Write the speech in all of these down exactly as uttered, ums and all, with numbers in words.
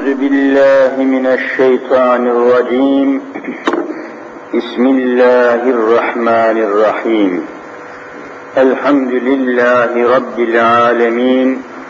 أعوذ بالله من الشيطان الرجيم بسم الله الرحمن الرحيم الحمد لله رب العالمين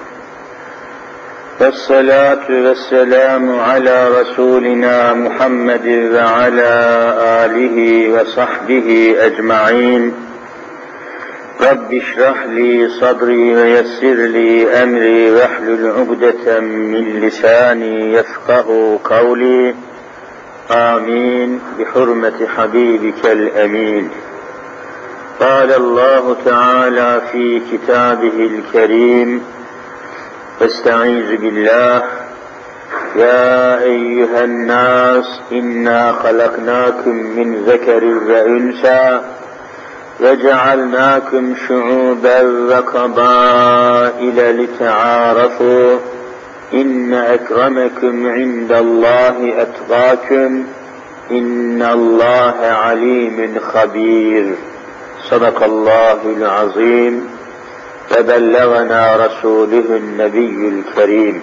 والصلاة والسلام على رسولنا محمد وعلى آله وصحبه أجمعين رب اشرح لي صدري ويسر لي أمري واحلل عقدة من لساني يفقه قولي آمين بحرمة حبيبك الأمين. قال الله تعالى في كتابه الكريم فاستعيذ بالله يا أيها الناس إنا خلقناكم من ذكر وأنثى وجعلناكم شعوبا وقبائل لتعارفوا إن أكرمكم عند الله أتقاكم إن الله عليم خبير. صدق الله العظيم وبلغنا رسوله النبي الكريم.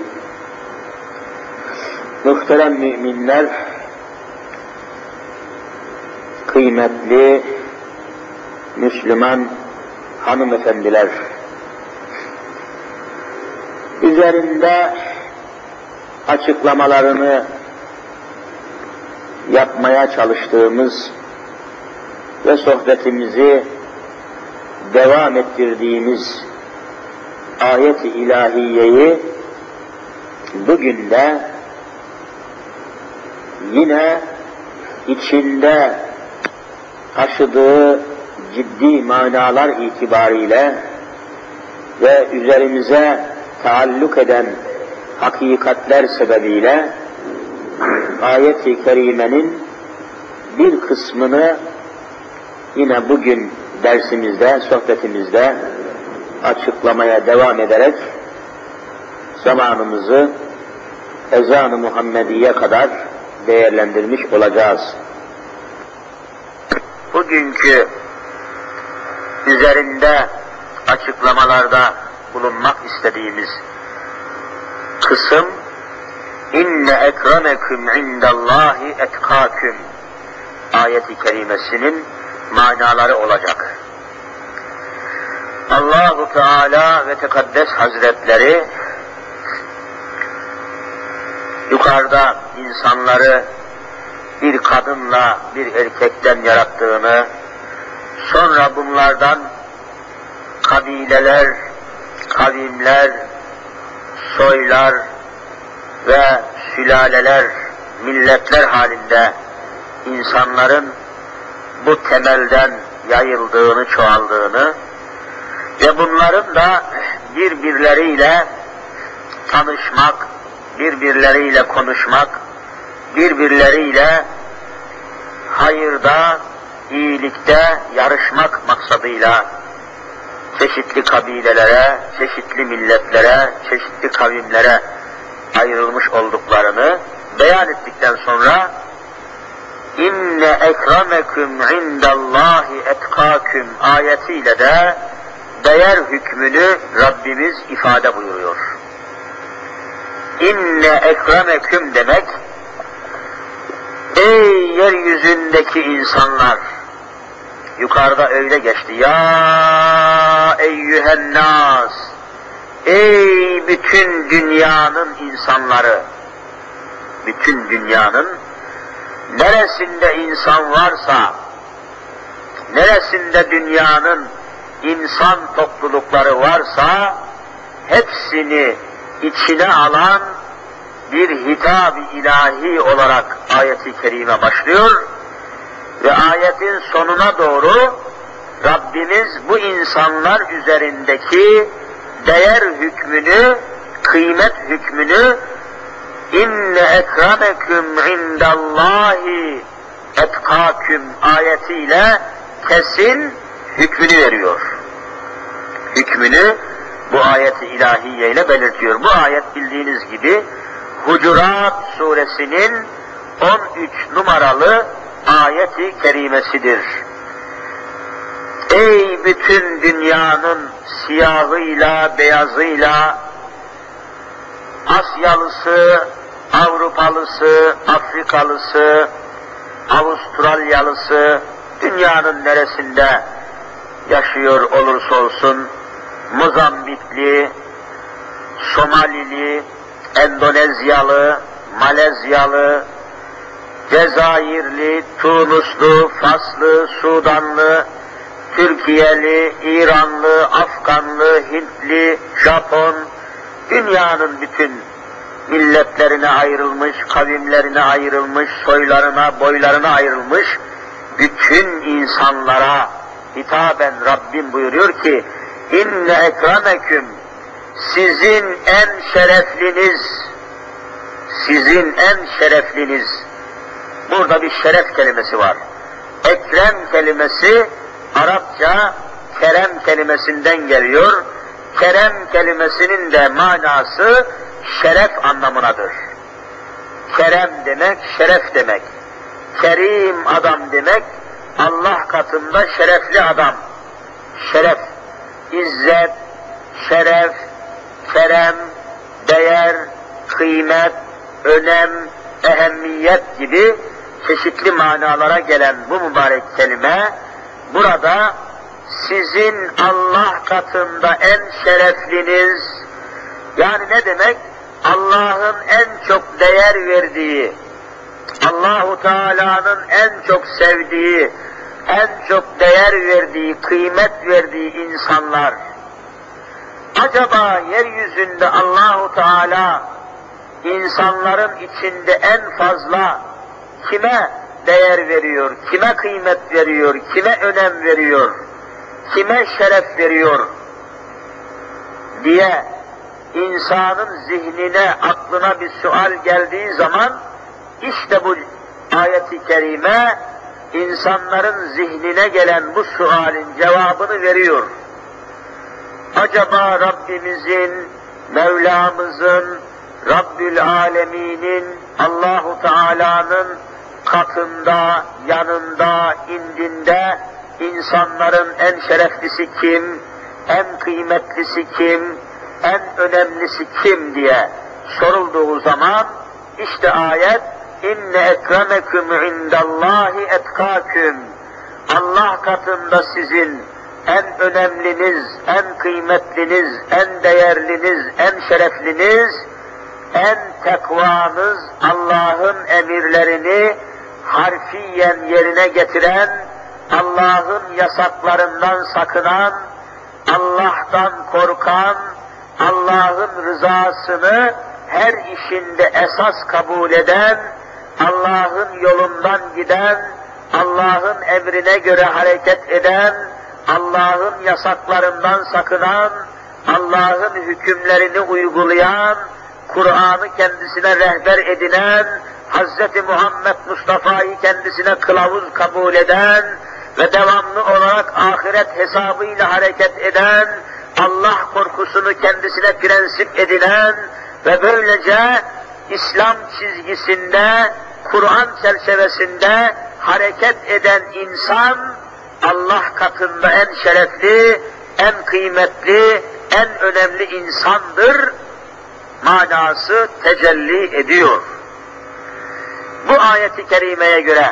Muhterem müminler, kıymetli Müslüman hanımefendiler, üzerinde açıklamalarını yapmaya çalıştığımız ve sohbetimizi devam ettirdiğimiz ayet-i ilahiyeyi bugün de yine içinde taşıdığı ciddi manalar itibariyle ve üzerimize taalluk eden hakikatler sebebiyle ayet-i kerimenin bir kısmını yine bugün dersimizde, sohbetimizde açıklamaya devam ederek zamanımızı ezan-ı Muhammediye kadar değerlendirmiş olacağız. Bugünkü üzerinde açıklamalarda bulunmak istediğimiz kısım inne ekremekum indallahi etkâküm ayet-i kerimesinin manaları olacak. Allahu Teala ve Tekaddes Hazretleri yukarıda insanları bir kadınla bir erkekten yarattığını, sonra bunlardan kabileler, kavimler, soylar ve sülaleler, milletler halinde insanların bu temelden yayıldığını, çoğaldığını ve bunların da birbirleriyle tanışmak, birbirleriyle konuşmak, birbirleriyle hayırda, iyilikte yarışmak maksadıyla çeşitli kabilelere, çeşitli milletlere, çeşitli kavimlere ayrılmış olduklarını beyan ettikten sonra inne ekremekum indallahi etkâküm ayetiyle de değer hükmünü Rabbimiz ifade buyuruyor. İnne ekremeküm demek, ey yeryüzündeki insanlar, yukarıda öyle geçti, ya eyyühennâs, ey bütün dünyanın insanları, bütün dünyanın neresinde insan varsa, neresinde dünyanın insan toplulukları varsa, hepsini içine alan bir hitab-ı ilahi olarak ayet-i kerime başlıyor ve ayetin sonuna doğru Rabbimiz bu insanlar üzerindeki değer hükmünü, kıymet hükmünü inne ekrameküm indallahi etkâküm ayetiyle kesin hükmünü veriyor. Hükmünü bu ayet-i ilahiye ile belirtiyor. Bu ayet bildiğiniz gibi Hucurat suresinin on üç numaralı ayet-i kerimesidir. Ey bütün dünyanın siyahıyla, beyazıyla, Asyalısı, Avrupalısı, Afrikalısı, Avustralyalısı, dünyanın neresinde yaşıyor olursa olsun, Mozambikli, Somalili, Endonezyalı, Malezyalı, Cezayirli, Tunuslu, Faslı, Sudanlı, Türkiyeli, İranlı, Afganlı, Hintli, Japon, dünyanın bütün milletlerine ayrılmış, kavimlerine ayrılmış, soylarına, boylarına ayrılmış, bütün insanlara hitaben Rabbim buyuruyor ki, İnne ekremeküm, sizin en şerefliniz, sizin en şerefliniz, burada bir şeref kelimesi var. Ekrem kelimesi, Arapça kerem kelimesinden geliyor. Kerem kelimesinin de manası şeref anlamınadır. Kerem demek, şeref demek. Kerim adam demek, Allah katında şerefli adam. Şeref, izzet, şeref, kerem, değer, kıymet, önem, ehemmiyet gibi çeşitli manalara gelen bu mübarek kelime, burada sizin Allah katında en şerefliniz, yani ne demek? Allah'ın en çok değer verdiği, Allahu Teala'nın en çok sevdiği, en çok değer verdiği, kıymet verdiği insanlar. Acaba yeryüzünde Allahu Teala insanların içinde en fazla kime değer veriyor, kime kıymet veriyor, kime önem veriyor, kime şeref veriyor diye insanın zihnine, aklına bir sual geldiği zaman işte bu ayet-i kerime insanların zihnine gelen bu sualin cevabını veriyor. Acaba Rabbimizin, Mevlamızın, Rabbül Alemin'in, Allahu Teala'nın katında, yanında, indinde insanların en şereflisi kim, en kıymetlisi kim, en önemlisi kim diye sorulduğu zaman işte ayet inne ekremeküm indallahi etkâküm, Allah katında sizin en önemliniz, en kıymetliniz, en değerliniz, en şerefliniz, en tekvanız, Allah'ın emirlerini harfiyen yerine getiren, Allah'ın yasaklarından sakınan, Allah'tan korkan, Allah'ın rızasını her işinde esas kabul eden, Allah'ın yolundan giden, Allah'ın emrine göre hareket eden, Allah'ın yasaklarından sakınan, Allah'ın hükümlerini uygulayan, Kur'an'ı kendisine rehber edinen, Hazreti Muhammed Mustafa'yı kendisine kılavuz kabul eden ve devamlı olarak ahiret hesabıyla hareket eden, Allah korkusunu kendisine prensip edinen ve böylece İslam çizgisinde, Kur'an çerçevesinde hareket eden insan, Allah katında en şerefli, en kıymetli, en önemli insandır manası tecelli ediyor. Bu ayeti kerimeye göre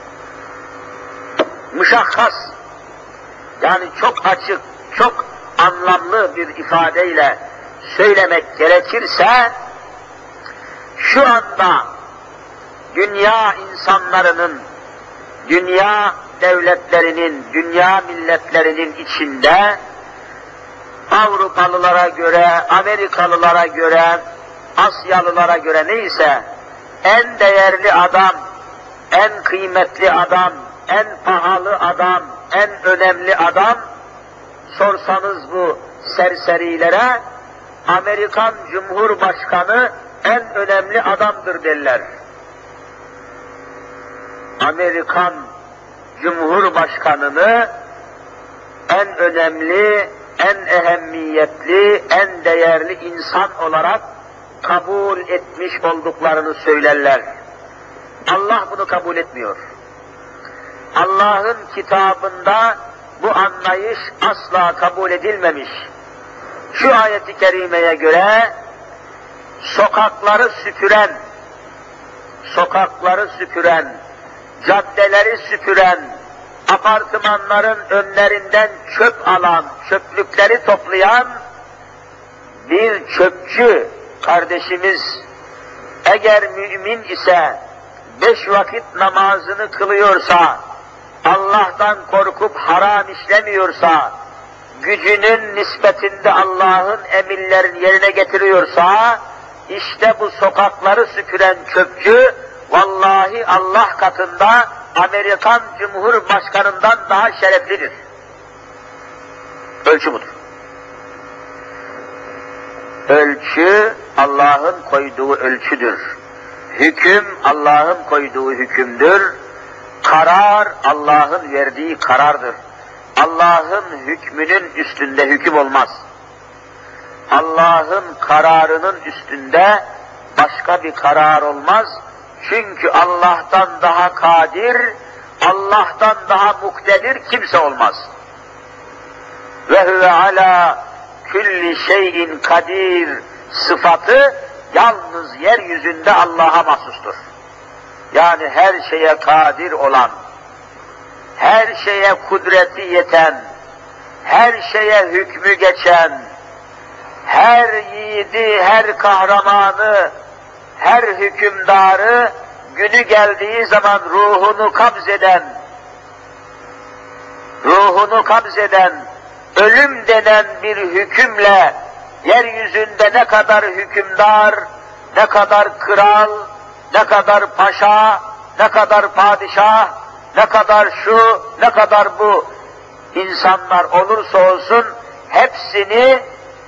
müşahhas, yani çok açık, çok anlamlı bir ifadeyle söylemek gerekirse, şu anda dünya insanlarının, dünya devletlerinin, dünya milletlerinin içinde Avrupalılara göre, Amerikalılara göre, Asyalılara göre neyse en değerli adam, en kıymetli adam, en pahalı adam, en önemli adam, sorsanız bu serserilere, Amerikan Cumhurbaşkanı en önemli adamdır derler. Amerikan Cumhurbaşkanını en önemli, en ehemmiyetli, en değerli insan olarak kabul etmiş olduklarını söylerler. Allah bunu kabul etmiyor. Allah'ın kitabında bu anlayış asla kabul edilmemiş. Şu ayeti kerimeye göre sokakları süpüren, sokakları süpüren, caddeleri süpüren, apartmanların önlerinden çöp alan, çöplükleri toplayan bir çöpçü kardeşimiz eğer mümin ise, beş vakit namazını kılıyorsa, Allah'tan korkup haram işlemiyorsa, gücünün nispetinde Allah'ın emirlerini yerine getiriyorsa, işte bu sokakları süpüren çöpçü, vallahi Allah katında Amerikan Cumhurbaşkanı'ndan daha şereflidir. Ölçü budur. Ölçü Allah'ın koyduğu ölçüdür. Hüküm Allah'ın koyduğu hükümdür. Karar Allah'ın verdiği karardır. Allah'ın hükmünün üstünde hüküm olmaz. Allah'ın kararının üstünde başka bir karar olmaz. Çünkü Allah'tan daha kadir, Allah'tan daha muktedir kimse olmaz. Ve huve ala külli şeyin kadir sıfatı yalnız yeryüzünde Allah'a mahsustur. Yani her şeye kadir olan, her şeye kudreti yeten, her şeye hükmü geçen, her yiğidi, her kahramanı, her hükümdarı günü geldiği zaman ruhunu kabzeden, ruhunu kabzeden, ölüm denen bir hükümle yeryüzünde ne kadar hükümdar, ne kadar kral, ne kadar paşa, ne kadar padişah, ne kadar şu, ne kadar bu insanlar olursa olsun hepsini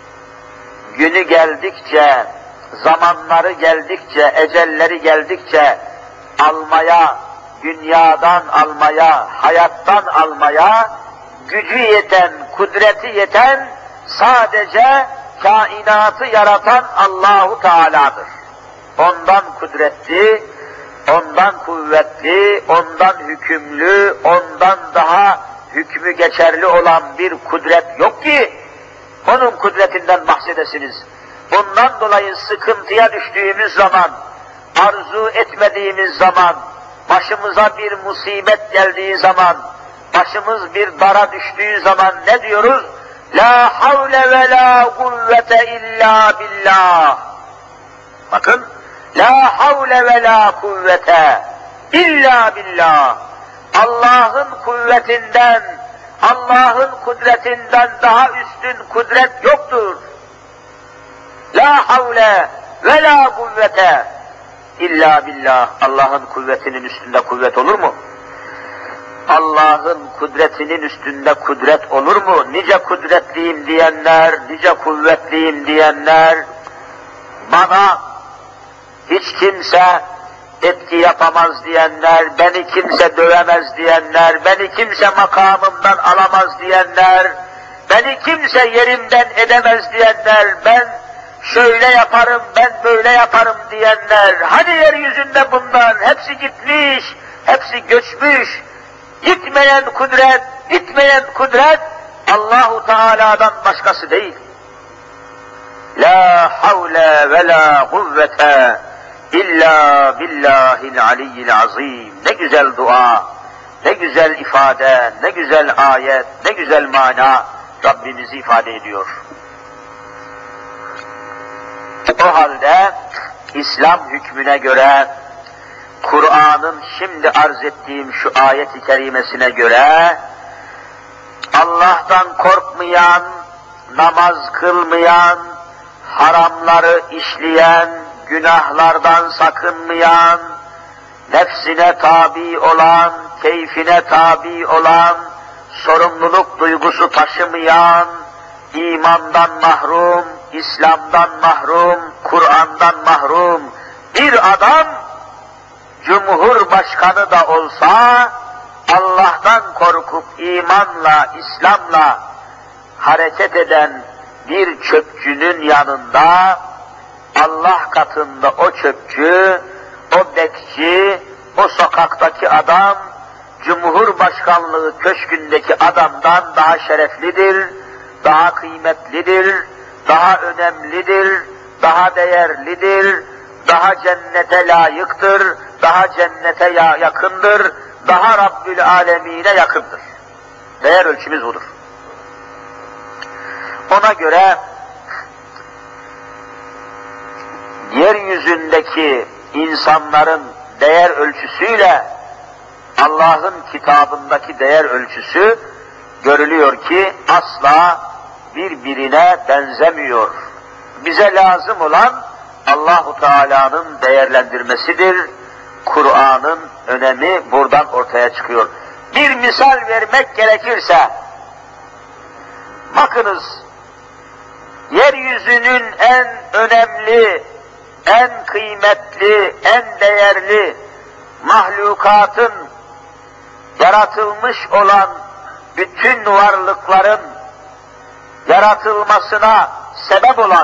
günü geldikçe, zamanları geldikçe, ecelleri geldikçe almaya, dünyadan almaya, hayattan almaya gücü yeten, kudreti yeten sadece kainatı yaratan Allahu Teala'dır. Ondan kudretli, ondan kuvvetli, ondan hükümlü, ondan daha hükmü geçerli olan bir kudret yok ki onun kudretinden bahsedesiniz. Bundan dolayı sıkıntıya düştüğümüz zaman, arzu etmediğimiz zaman, başımıza bir musibet geldiği zaman, başımız bir dara düştüğü zaman ne diyoruz? La havle ve la kuvvete illa billah. Bakın, la havle ve la kuvvete illa billah. Allah'ın kuvvetinden, Allah'ın kudretinden daha üstün kudret yoktur. La havle ve la kuvvete illa billah. Allah'ın kuvvetinin üstünde kuvvet olur mu? Allah'ın kudretinin üstünde kudret olur mu? Nice kudretliyim diyenler, nice kuvvetliyim diyenler, bana hiç kimse etki yapamaz diyenler, beni kimse dövemez diyenler, beni kimse makamımdan alamaz diyenler, beni kimse yerimden edemez diyenler, ben şöyle yaparım, ben böyle yaparım diyenler, hani yeryüzünde bunlar hepsi gitmiş, hepsi göçmüş, gitmeyen kudret, gitmeyen kudret Allahu Teala'dan başkası değil. La havle ve la kuvvete İlla billahil aliyyil azim. Ne güzel dua, ne güzel ifade, ne güzel ayet, ne güzel mana Rabbimizi ifade ediyor. O halde İslam hükmüne göre, Kur'an'ın şimdi arz ettiğim şu ayet-i kerimesine göre, Allah'tan korkmayan, namaz kılmayan, haramları işleyen, günahlardan sakınmayan, nefsine tabi olan, keyfine tabi olan, sorumluluk duygusu taşımayan, imandan mahrum, İslam'dan mahrum, Kur'an'dan mahrum bir adam, Cumhurbaşkanı da olsa, Allah'tan korkup imanla, İslam'la hareket eden bir çöpçünün yanında, Allah katında o çöpçü, o bekçi, o sokaktaki adam, Cumhurbaşkanlığı köşkündeki adamdan daha şereflidir, daha kıymetlidir, daha önemlidir, daha değerlidir, daha cennete layıktır, daha cennete yakındır, daha Rabbül Alemin'e yakındır. Değer ölçümüz budur. Ona göre yeryüzündeki insanların değer ölçüsüyle Allah'ın kitabındaki değer ölçüsü görülüyor ki asla birbirine benzemiyor. Bize lazım olan Allahu Teala'nın değerlendirmesidir. Kur'an'ın önemi buradan ortaya çıkıyor. Bir misal vermek gerekirse, bakınız, yeryüzünün en önemli, en kıymetli, en değerli mahlukatın, yaratılmış olan bütün varlıkların yaratılmasına sebep olan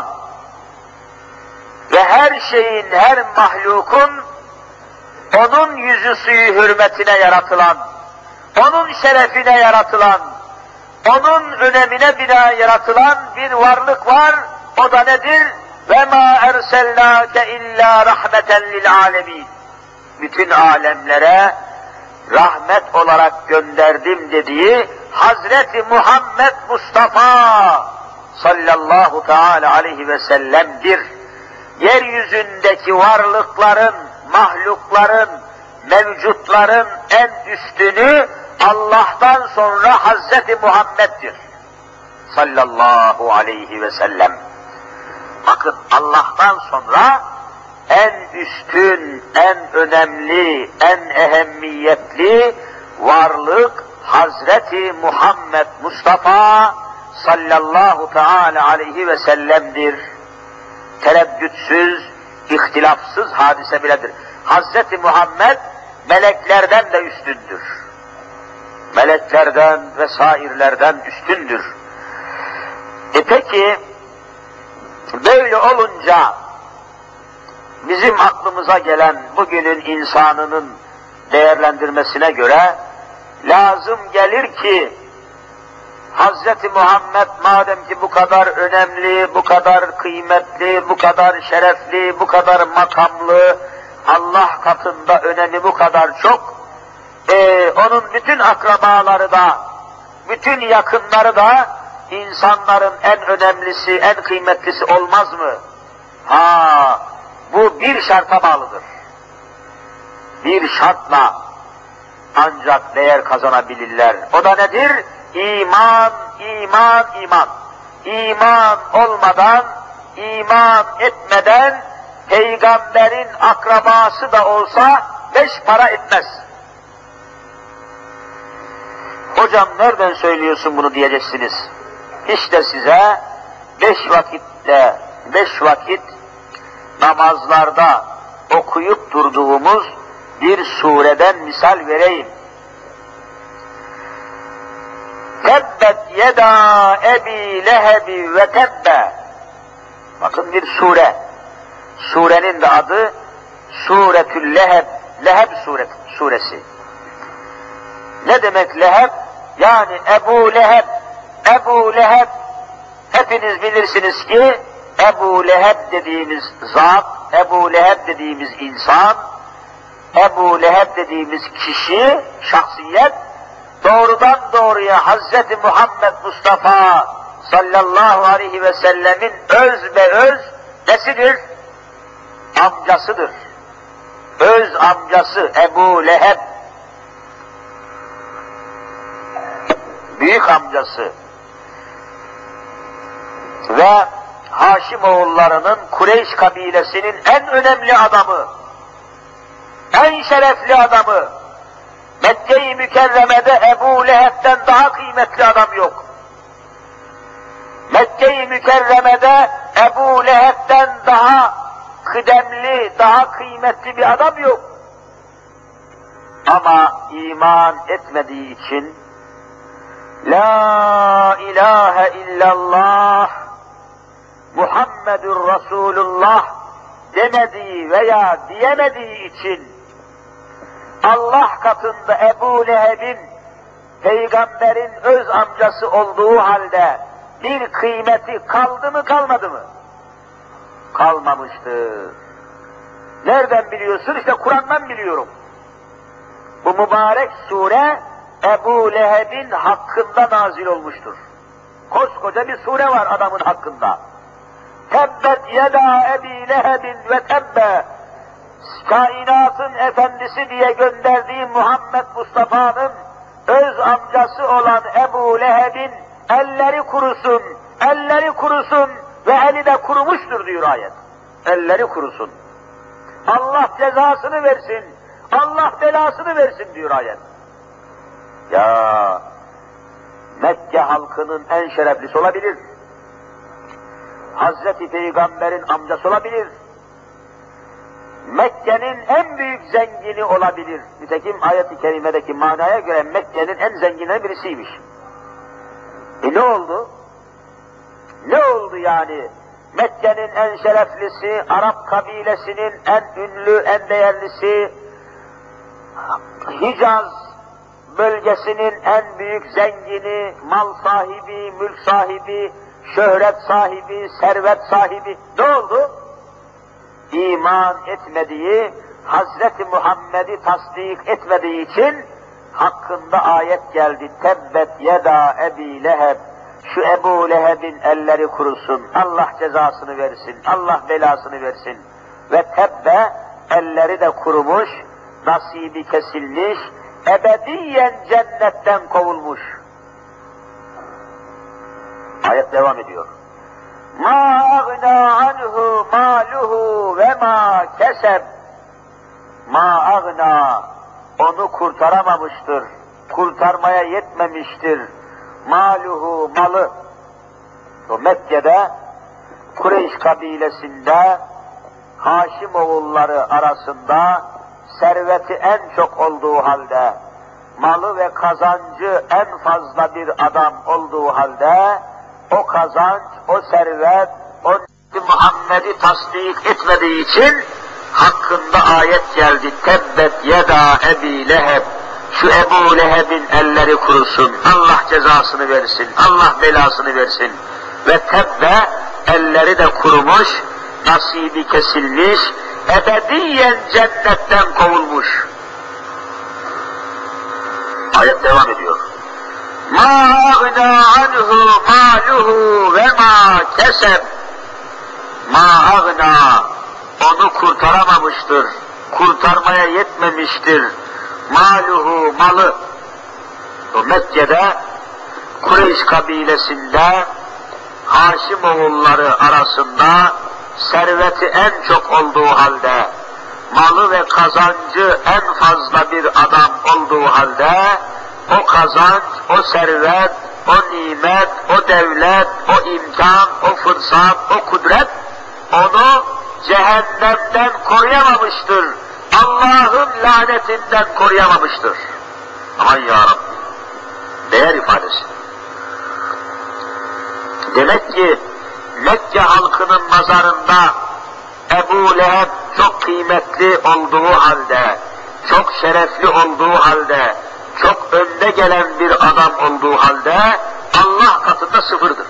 ve her şeyin, her mahlukun onun yüzü suyu hürmetine yaratılan, onun şerefine yaratılan, onun önemine bina yaratılan bir varlık var. O da nedir? وَمَا اَرْسَلْنَاكَ اِلَّا رَحْمَةً لِلْعَالَمِينَ. Bütün alemlere rahmet olarak gönderdim dediği Hazreti Muhammed Mustafa sallallahu teala aleyhi ve sellem'dir. Yeryüzündeki varlıkların, mahlukların, mevcutların en üstünü Allah'tan sonra Hazreti Muhammed'dir sallallahu aleyhi ve sellem. Bakın, Allah'tan sonra en üstün, en önemli, en ehemmiyetli varlık Hazreti Muhammed Mustafa sallallahu teala aleyhi ve sellem'dir. Tereddütsüz, ihtilafsız hadise biledir. Hazreti Muhammed meleklerden de üstündür. Meleklerden ve sairlerden üstündür. E peki, böyle olunca bizim aklımıza gelen bugünün insanının değerlendirmesine göre lazım gelir ki Hazreti Muhammed madem ki bu kadar önemli, bu kadar kıymetli, bu kadar şerefli, bu kadar makamlı, Allah katında önemi bu kadar çok, e, onun bütün akrabaları da, bütün yakınları da insanların en önemlisi, en kıymetlisi olmaz mı? Ha, bu bir şarta bağlıdır. Bir şartla ancak değer kazanabilirler. O da nedir? İman, iman, iman. İman olmadan, iman etmeden, peygamberin akrabası da olsa beş para etmez. Hocam nereden söylüyorsun bunu diyeceksiniz. İşte size beş vakitte, beş vakit namazlarda okuyup durduğumuz bir sureden misal vereyim. Tebbet yeda ebi lehebi ve tebbe. Bakın bir sure. Surenin de adı Suretül Leheb. Leheb suret, suresi. Ne demek Leheb? Yani Ebu Leheb. Ebu Leheb, hepiniz bilirsiniz ki Ebu Leheb dediğimiz zat, Ebu Leheb dediğimiz insan, Ebu Leheb dediğimiz kişi, şahsiyet, doğrudan doğruya Hazreti Muhammed Mustafa sallallahu aleyhi ve sellemin öz ve öz nesidir? Amcasıdır. Öz amcası Ebu Leheb. Büyük amcası. Ve Haşimoğullarının Kureyş kabilesinin en önemli adamı, en şerefli adamı, Mekke-i Mükerreme'de Ebu Leheb'den daha kıymetli adam yok. Mekke-i Mükerreme'de Ebu Leheb'den daha kıdemli, daha kıymetli bir adam yok. Ama iman etmediği için La ilahe illallah Muhammedur Resulullah demediği veya diyemediği için Allah katında Ebu Leheb'in peygamberin öz amcası olduğu halde bir kıymeti kaldı mı kalmadı mı? Kalmamıştır. Nereden biliyorsun? İşte Kur'an'dan biliyorum. Bu mübarek sure Ebu Leheb'in hakkında nazil olmuştur. Koskoca bir sure var adamın hakkında. Tebbet yeda Ebi Lehebin ve tebbe. Kainatın efendisi diye gönderdiği Muhammed Mustafa'nın öz amcası olan Ebu Leheb'in elleri kurusun, elleri kurusun ve eli de kurumuştur diyor ayet. Elleri kurusun. Allah cezasını versin, Allah belasını versin diyor ayet. Ya Mekke halkının en şereflisi olabilir. Hazreti Peygamber'in amcası olabilir. Mekke'nin en büyük zengini olabilir. Nitekim ayet-i kerimedeki manaya göre Mekke'nin en zenginleri birisiymiş. E ne oldu? Ne oldu yani? Mekke'nin en şereflisi, Arap kabilesinin en ünlü, en değerlisi, Hicaz bölgesinin en büyük zengini, mal sahibi, mülk sahibi, şöhret sahibi, servet sahibi ne oldu? İman etmediği, Hazreti Muhammed'i tasdik etmediği için hakkında ayet geldi. Tebbet yeda Ebi Leheb. Şu Ebu Leheb'in elleri kurusun. Allah cezasını versin. Allah belasını versin. Ve tebbe elleri de kurumuş, nasibi kesilmiş, ebediyen cennetten kovulmuş. Ayet devam ediyor. Ma agna anhu maluhu ve ma keseb. Ma agna, onu kurtaramamıştır, kurtarmaya yetmemiştir. Maluhu, malı. O Mekke'de Kureyş kabilesinde Haşimoğulları arasında serveti en çok olduğu halde, malı ve kazancı en fazla bir adam olduğu halde, o kazanç, o servet, o Muhammed'i tasdik etmediği için hakkında ayet geldi. Tebbet yeda Ebi Leheb. Şu Ebu Leheb'in elleri kurusun. Allah cezasını versin. Allah belasını versin. Ve tebbe elleri de kurumuş, nasibi kesilmiş, ebediyen cennetten kovulmuş. Ayet devam ediyor. Ma agna anhu maluhu ve ma keseb. Ma agna, onu kurtaramamıştır, kurtarmaya yetmemiştir. Maluhu, malı. O Mekke'de Kureyş kabilesinde Haşimoğulları arasında serveti en çok olduğu halde, malı ve kazancı en fazla bir adam olduğu halde, o kazanç, o servet, o nimet, o devlet, o imkan, o fırsat, o kudret onu cehennemden koruyamamıştır. Allah'ın lanetinden koruyamamıştır. Aman ya Rabbi. Değer ifadesi. Demek ki Mekke halkının nazarında Ebu Leheb çok kıymetli olduğu halde, çok şerefli olduğu halde, çok önde gelen bir adam olduğu halde Allah katında sıfırdır.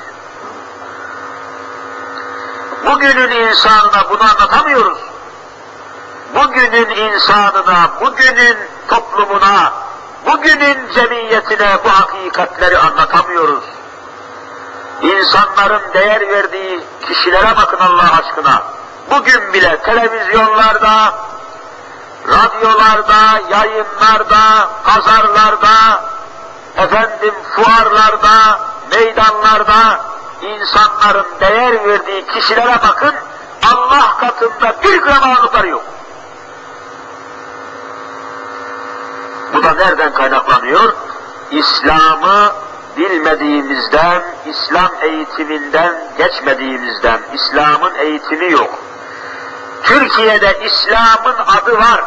Bugünün insanına bunu anlatamıyoruz. Bugünün insanına, bugünün toplumuna, bugünün cemiyetine bu hakikatleri anlatamıyoruz. İnsanların değer verdiği kişilere bakın Allah aşkına. Bugün bile televizyonlarda, radyolarda, yayınlarda, pazarlarda, efendim fuarlarda, meydanlarda insanların değer verdiği kişilere bakın, Allah katında bir gram ağırlıkları yok. Bu da nereden kaynaklanıyor? İslam'ı bilmediğimizden, İslam eğitiminden geçmediğimizden. İslam'ın eğitimi yok. Türkiye'de İslam'ın adı var.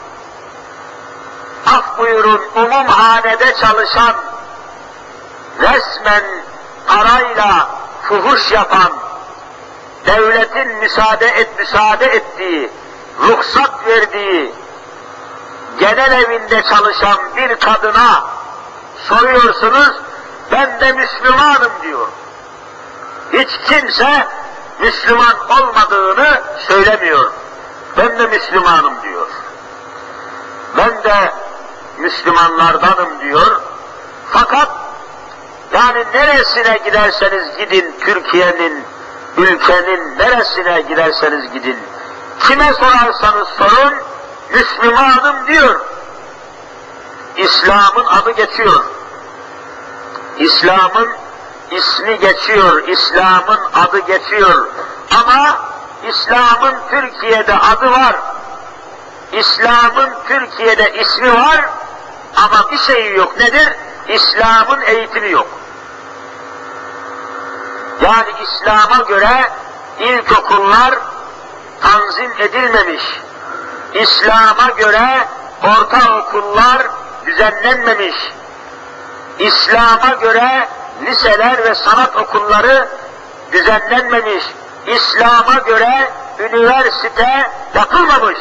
Af buyurun, umumhanede çalışan, resmen parayla fuhuş yapan, devletin müsaade et müsaade ettiği, ruhsat verdiği, genel evinde çalışan bir kadına soruyorsunuz, ben de Müslümanım diyor. Hiç kimse Müslüman olmadığını söylemiyor. Ben de Müslümanım diyor. Ben de Müslümanlardanım diyor. Fakat yani neresine giderseniz gidin, Türkiye'nin, ülkenin neresine giderseniz gidin, kime sorarsanız sorun, Müslümanım diyor. İslam'ın adı geçiyor. İslam'ın ismi geçiyor, İslam'ın adı geçiyor. Ama İslam'ın Türkiye'de adı var. İslam'ın Türkiye'de ismi var ama bir şeyi yok. Nedir? İslam'ın eğitimi yok. Yani İslam'a göre ilkokullar tanzim edilmemiş. İslam'a göre ortaokullar düzenlenmemiş. İslam'a göre liseler ve sanat okulları düzenlenmemiş. İslam'a göre üniversite yapılmamış.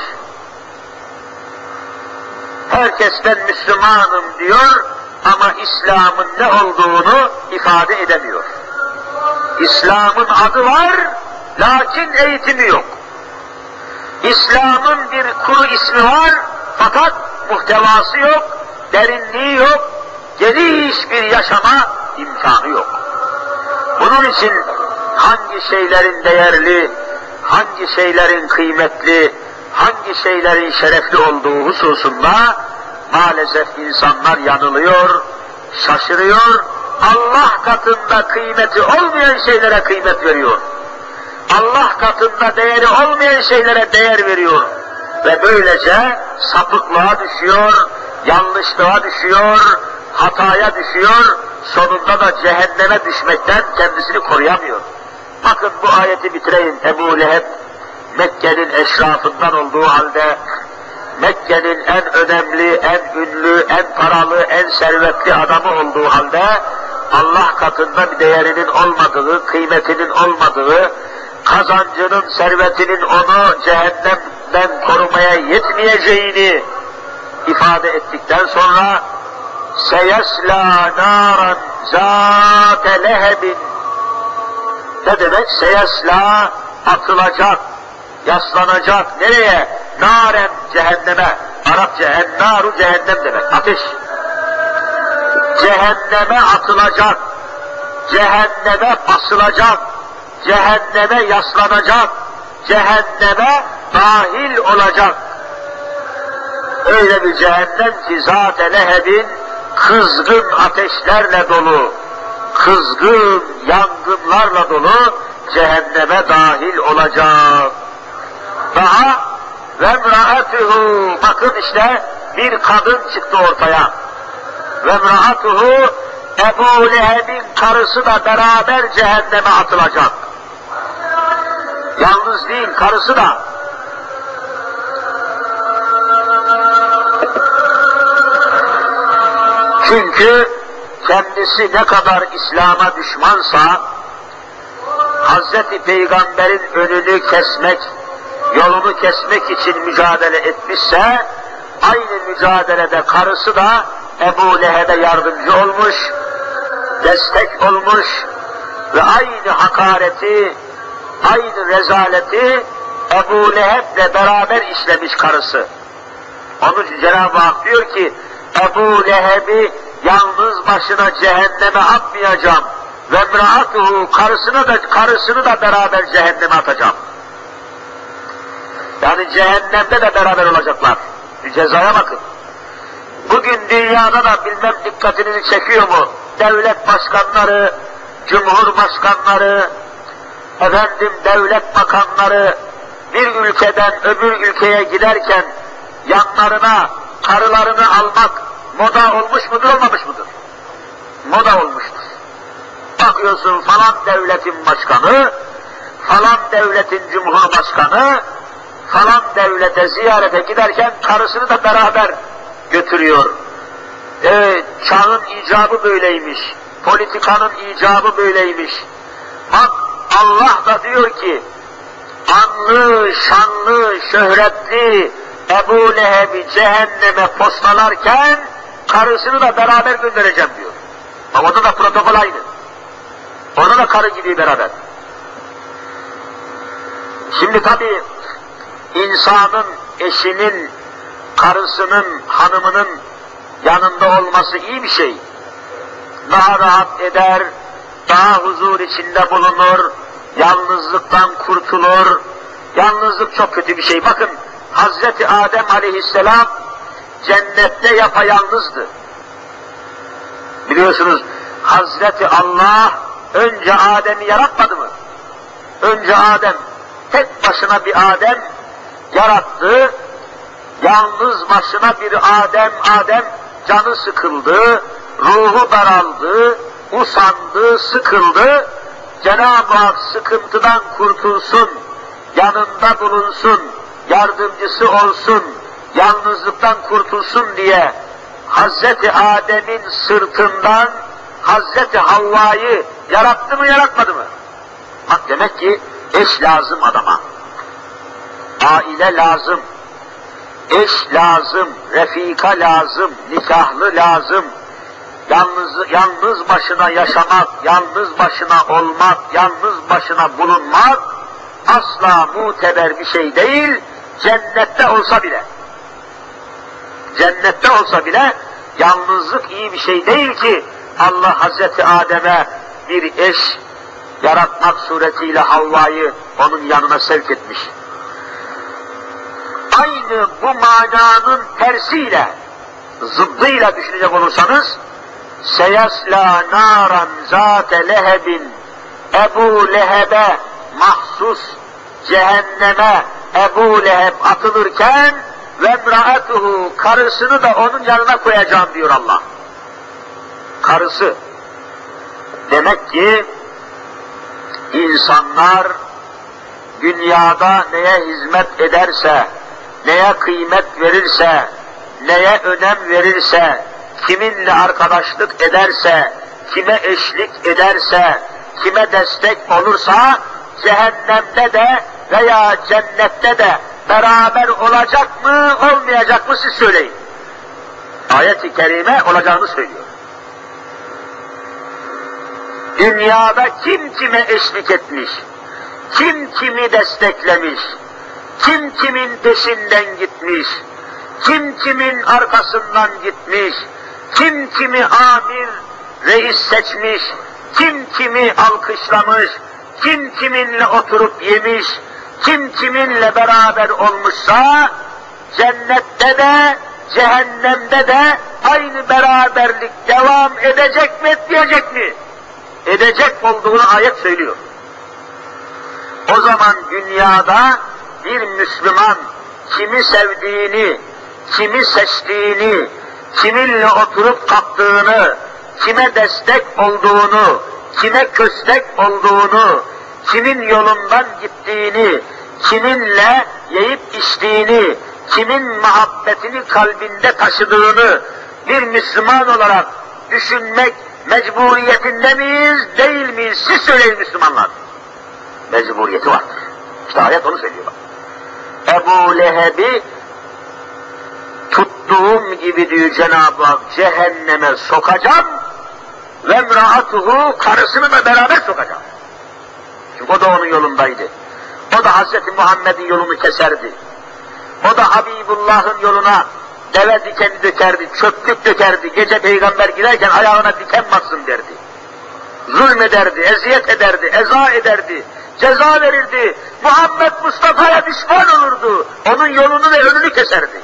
Herkes ben Müslümanım diyor ama İslam'ın ne olduğunu ifade edemiyor. İslam'ın adı var, lakin eğitimi yok. İslam'ın bir kuru ismi var, fakat muhtevası yok, derinliği yok, geniş bir yaşama imkanı yok. Bunun için hangi şeylerin değerli, hangi şeylerin kıymetli, hangi şeylerin şerefli olduğu hususunda maalesef insanlar yanılıyor, şaşırıyor, Allah katında kıymeti olmayan şeylere kıymet veriyor. Allah katında değeri olmayan şeylere değer veriyor. Ve böylece sapıklığa düşüyor, yanlışlığa düşüyor, hataya düşüyor, sonunda da cehenneme düşmekten kendisini koruyamıyor. Bakın bu ayeti bitireyim. Ebu Leheb, Mekke'nin eşrafından olduğu halde, Mekke'nin en önemli, en ünlü, en paralı, en servetli adamı olduğu halde, Allah katında bir değerinin olmadığı, kıymetinin olmadığı, kazancının, servetinin onu cehennemden korumaya yetmeyeceğini ifade ettikten sonra seyesla naran zâte lehebin, ne demek? Seyesla atılacak, yaslanacak. Nereye? Naren, cehenneme. Arapça ennâru cehennem demek. Ateş. Cehenneme atılacak, cehenneme basılacak, cehenneme yaslanacak, cehenneme dahil olacak. Öyle bir cehennem ki zâte lehebin kızgın ateşlerle dolu, kızgın yangınlarla dolu cehenneme dahil olacak. Daha ve emra'atuhu, bakın işte bir kadın çıktı ortaya. Ve emra'atuhu, Ebu Leheb'in karısı da beraber cehenneme atılacak. Yalnız değil, karısı da. Çünkü kendisi ne kadar İslam'a düşmansa, Hazreti Peygamber'in önünü kesmek, yolunu kesmek için mücadele etmişse, aynı mücadelede karısı da Ebu Leheb'e yardımcı olmuş, destek olmuş ve aynı hakareti, aynı rezaleti Ebu Leheb'le beraber işlemiş karısı. Onun için Cenab-ı Hak diyor ki, Ebu Leheb'i yalnız başına cehenneme atmayacağım ve emra'atuhu, karısını da, karısını da beraber cehenneme atacağım. Yani cehennemde de beraber olacaklar. Bir cezaya bakın. Bugün dünyada da bilmem dikkatinizi çekiyor mu? Devlet başkanları, cumhurbaşkanları, efendim devlet bakanları bir ülkeden öbür ülkeye giderken yanlarına karılarını almak moda olmuş mudur, olmamış mıdır? Moda olmuştur. Bakıyorsun falan devletin başkanı, falan devletin cumhurbaşkanı, falan devlete ziyarete giderken karısını da beraber götürüyor. Ee, çağın icabı böyleymiş, politikanın icabı böyleymiş. Bak Allah da diyor ki, anlı, şanlı, şöhretli Ebu Leheb'i cehenneme postalarken karısını da beraber göndereceğim diyor. Ama orada da protokol aynı. Orada da karı gidiyor beraber. Şimdi tabii insanın eşinin, karısının, hanımının yanında olması iyi bir şey. Daha rahat eder, daha huzur içinde bulunur, yalnızlıktan kurtulur. Yalnızlık çok kötü bir şey. Bakın, Hazreti Adem aleyhisselam cennette yapayalnızdı. Biliyorsunuz, Hazreti Allah önce Adem'i yaratmadı mı? Önce Adem, tek başına bir Adem yarattı. Yalnız başına bir Adem, Adem canı sıkıldı, ruhu daraldı, usandı, sıkıldı. Cenab-ı Hak sıkıntıdan kurtulsun, yanında bulunsun, yardımcısı olsun, yalnızlıktan kurtulsun diye Hazreti Adem'in sırtından Hazreti Havva'yı yarattı mı, yaratmadı mı? Bak, demek ki eş lazım adama. Aile lazım. Eş lazım, refika lazım, nikahlı lazım. Yalnız, yalnız başına yaşamak, yalnız başına olmak, yalnız başına bulunmak asla muteber bir şey değil, cennette olsa bile. Cennette olsa bile yalnızlık iyi bir şey değil ki Allah Hazreti Adem'e bir eş yaratmak suretiyle Havva'yı onun yanına sevk etmiş. Aynı bu mananın tersiyle, zıddıyla düşünecek olursanız, seyasla naran zâte lehebin, Ebu Leheb'e mahsus cehenneme Ebu Leheb atılırken ve emra'atuhu, karısını da onun yanına koyacağım diyor Allah. Karısı. Demek ki insanlar dünyada neye hizmet ederse, neye kıymet verirse, neye önem verirse, kiminle arkadaşlık ederse, kime eşlik ederse, kime destek olursa, cehennemde de veya cennette de beraber olacak mı, olmayacak mı siz söyleyin. Ayet-i kerime olacağını söylüyor. Dünyada kim kime eşlik etmiş, kim kimi desteklemiş, kim kimin peşinden gitmiş, kim kimin arkasından gitmiş, kim kimi amir, reis seçmiş, kim kimi alkışlamış, kim kiminle oturup yemiş, kim kiminle beraber olmuşsa, cennette de, cehennemde de aynı beraberlik devam edecek mi, etmeyecek mi? Edecek olduğunu ayet söylüyor. O zaman dünyada bir Müslüman kimi sevdiğini, kimi seçtiğini, kiminle oturup kalktığını, kime destek olduğunu, kime köstek olduğunu, kimin yolundan gittiğini, kiminle yiyip içtiğini, kimin muhabbetini kalbinde taşıdığını bir Müslüman olarak düşünmek mecburiyetinde miyiz, değil miyiz? Siz söyleyin Müslümanlar. Mecburiyeti vardır. İşte ayet onu söylüyor. Ebu Leheb'i tuttuğum gibi diyor Cenab-ı Hak, cehenneme sokacağım ve emra'atuhu, karısını da beraber sokacağım. Çünkü o da onun yolundaydı. O da Hazreti Muhammed'in yolunu keserdi. O da Habibullah'ın yoluna deve dikeni dökerdi, çöplük dökerdi, gece peygamber girerken ayağına diken bassın derdi. Zulmederdi, eziyet ederdi, eza ederdi, ceza verirdi. Muhammed Mustafa'ya düşman olurdu. Onun yolunu ve önünü keserdi.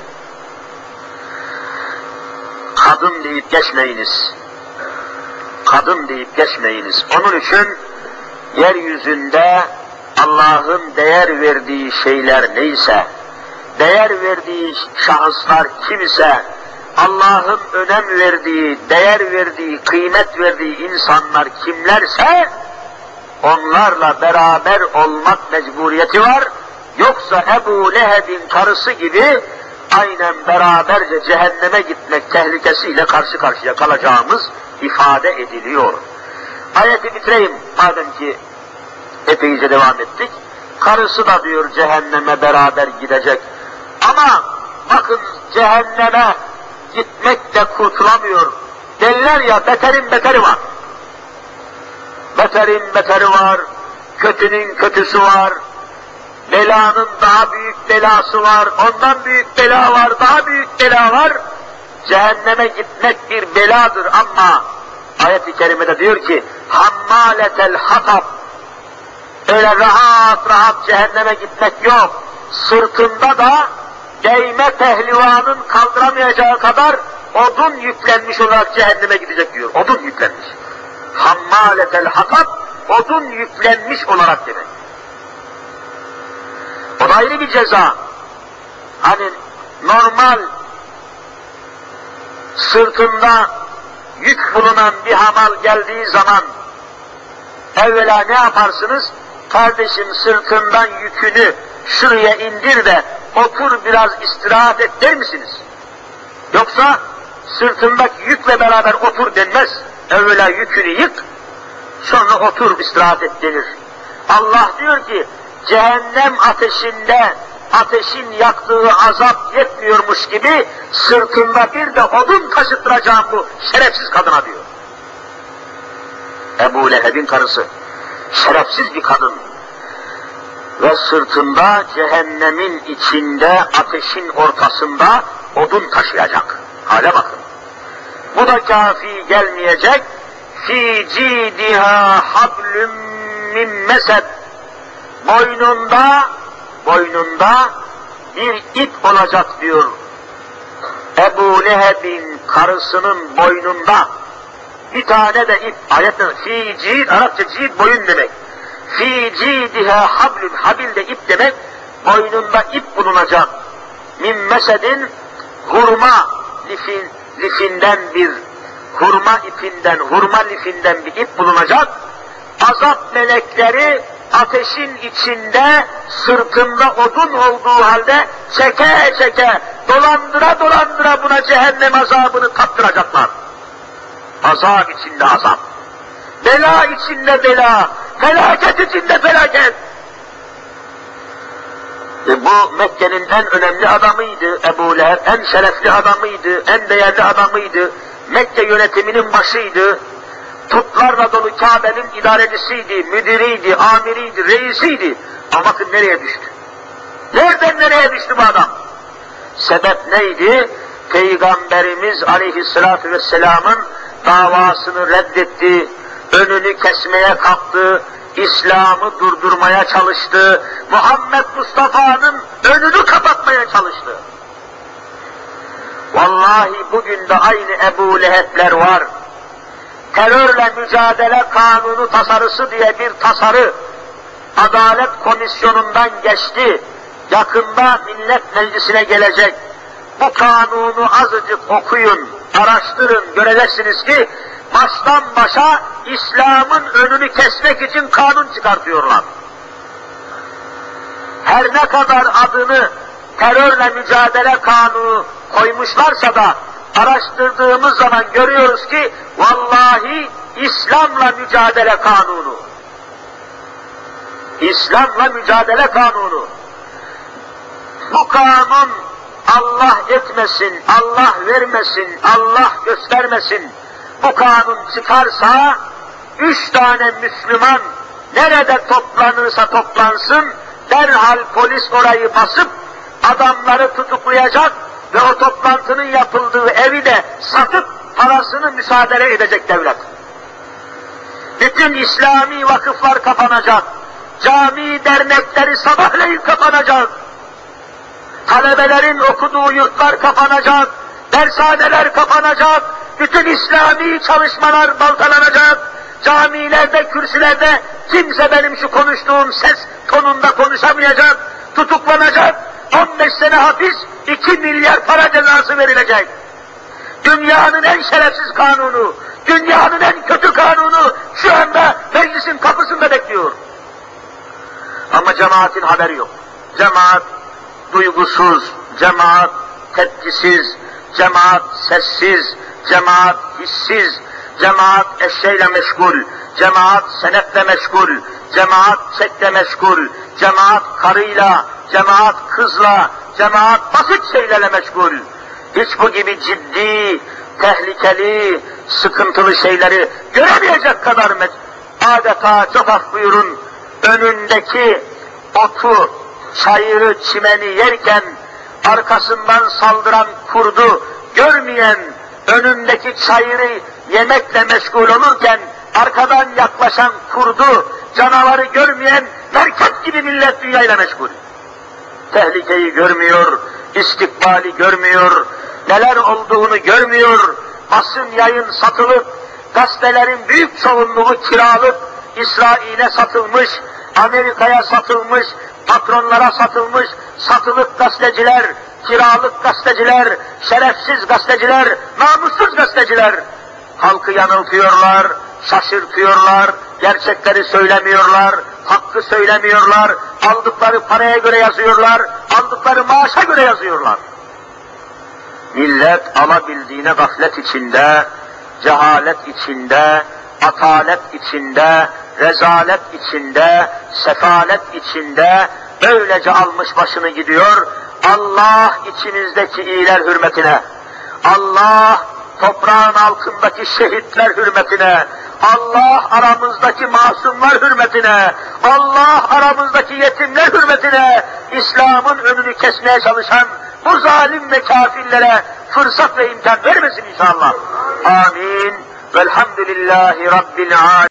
Kadın deyip geçmeyiniz. Kadın deyip geçmeyiniz. Onun için yeryüzünde Allah'ın değer verdiği şeyler neyse, değer verdiği şahıslar kimse, Allah'ın önem verdiği, değer verdiği, kıymet verdiği insanlar kimlerse, onlarla beraber olmak mecburiyeti var. Yoksa Ebu Leheb'in karısı gibi aynen beraberce cehenneme gitmek tehlikesiyle karşı karşıya kalacağımız ifade ediliyor. Ayeti bitireyim madem ki epeyce devam ettik. Karısı da diyor cehenneme beraber gidecek. Ama bakın cehenneme gitmek de kurtulamıyor. Derler ya, beterin beteri var. Beterin beteri var, kötünün kötüsü var. belanın daha büyük belası var, ondan büyük bela var, daha büyük bela var. Cehenneme gitmek bir beladır ama ayet-i kerimede diyor ki hammaletel hatab, öyle rahat rahat cehenneme gitmek yok. Sırtında da değme pehlivanın kaldıramayacağı kadar odun yüklenmiş olarak cehenneme gidecek diyor. Odun yüklenmiş. Hammaletel hatab, odun yüklenmiş olarak demek. O da ayrı bir ceza. Hani normal sırtında yük bulunan bir hamal geldiği zaman evvela ne yaparsınız? Kardeşim sırtından yükünü şuraya indir de otur biraz istirahat et der misiniz? Yoksa sırtındaki yükle beraber otur denmez. Evvela yükünü yık, sonra otur istirahat et denir. Allah diyor ki cehennem ateşinde ateşin yaktığı azap yetmiyormuş gibi sırtında bir de odun taşıttıracağım bu şerefsiz kadına diyor. Ebu Leheb'in karısı, şerefsiz bir kadın ve sırtında cehennemin içinde ateşin ortasında odun taşıyacak. Hale bakın. Bu da kafi gelmeyecek. Fi cidiha hablum min mesed, boynunda boynunda bir ip olacak diyor. Ebu Leheb'in karısının boynunda bir tane de ip. Ayette fi cid, Arapça cid boyun demek. Fi cidiha hablun, habil de ip demek. Boynunda ip bulunacak. Min mesedin, hurma lifin, lifinden bir hurma ipinden, hurma lifinden bir ip bulunacak. Azap melekleri ateşin içinde sırtında odun olduğu halde çeke çeke dolandıra dolandıra buna cehennem azabını tattıracaklar. Azap içinde azap, bela içinde bela, felaket içinde felaket. E bu Mekke'nin en önemli adamıydı Ebu Leheb, en şerefli adamıydı, en değerli adamıydı, Mekke yönetiminin başıydı. Putlarla dolu Kabe'nin idarecisiydi, müdiriydi, amiriydi, reisiydi. Ama bakın nereye düştü? Nereden nereye düştü bu adam? Sebep neydi? Peygamberimiz aleyhissalatü vesselamın davasını reddetti, önünü kesmeye kalktı, İslam'ı durdurmaya çalıştı, Muhammed Mustafa'nın önünü kapatmaya çalıştı. Vallahi bugün de aynı Ebu Leheb'ler var. Terörle mücadele kanunu tasarısı diye bir tasarı Adalet Komisyonu'ndan geçti. Yakında Millet Meclisi'ne gelecek. Bu kanunu azıcık okuyun, araştırın, göreceksiniz ki baştan başa İslam'ın önünü kesmek için kanun çıkartıyorlar. Her ne kadar adını terörle mücadele kanunu koymuşlarsa da araştırdığımız zaman görüyoruz ki vallahi İslam'la mücadele kanunu. İslam'la mücadele kanunu. Bu kanun Allah etmesin, Allah vermesin, Allah göstermesin. Bu kanun çıkarsa üç tane Müslüman nerede toplanırsa toplansın derhal polis orayı basıp adamları tutuklayacak ve o toplantının yapıldığı evi de satıp parasını müsaade edecek devlet. Bütün İslami vakıflar kapanacak. Cami dernekleri sabahleyin kapanacak. Talebelerin okuduğu yurtlar kapanacak. Dershaneler kapanacak. Bütün İslami çalışmalar baltalanacak. Camilerde, kürsülerde kimse benim şu konuştuğum ses tonunda konuşamayacak. Tutuklanacak. on beş sene hapis, iki milyar para cezası verilecek. Dünyanın en şerefsiz kanunu, dünyanın en kötü kanunu şu anda meclisin kapısında bekliyor. Ama cemaatin haberi yok. Cemaat duygusuz, cemaat tepkisiz, cemaat sessiz, cemaat hissiz, cemaat eşeğiyle meşgul, cemaat senetle meşgul, cemaat çekle meşgul, cemaat karıyla, cemaat kızla, cemaat basit şeylerle meşgul. Hiç bu gibi ciddi, tehlikeli, sıkıntılı şeyleri göremeyecek kadar adeta çok af buyurun, önündeki otu çayırı, çimeni yerken arkasından saldıran kurdu görmeyen, önündeki çayırı yemekle meşgul olurken arkadan yaklaşan kurdu, canavarı görmeyen merkep gibi millet dünyayla meşgul. Tehlikeyi görmüyor, istikbali görmüyor, neler olduğunu görmüyor, basın yayın satılıp, gazetelerin büyük çoğunluğu kiralık, İsrail'e satılmış, Amerika'ya satılmış, patronlara satılmış, satılık gazeteciler, kiralık gazeteciler, şerefsiz gazeteciler, namussuz gazeteciler, halkı yanıltıyorlar, şaşırtıyorlar, gerçekleri söylemiyorlar, hakkı söylemiyorlar, aldıkları paraya göre yazıyorlar, aldıkları maaşa göre yazıyorlar. Millet alabildiğine gaflet içinde, cehalet içinde, atalet içinde, rezalet içinde, sefalet içinde böylece almış başını gidiyor. Allah içimizdeki iyiler hürmetine, Allah toprağın altındaki şehitler hürmetine, Allah aramızdaki masumlar hürmetine, Allah aramızdaki yetimler hürmetine İslam'ın önünü kesmeye çalışan bu zalim ve kafirlere fırsat ve imkan vermesin inşallah. Amin. Velhamdülillahi Rabbil alemin.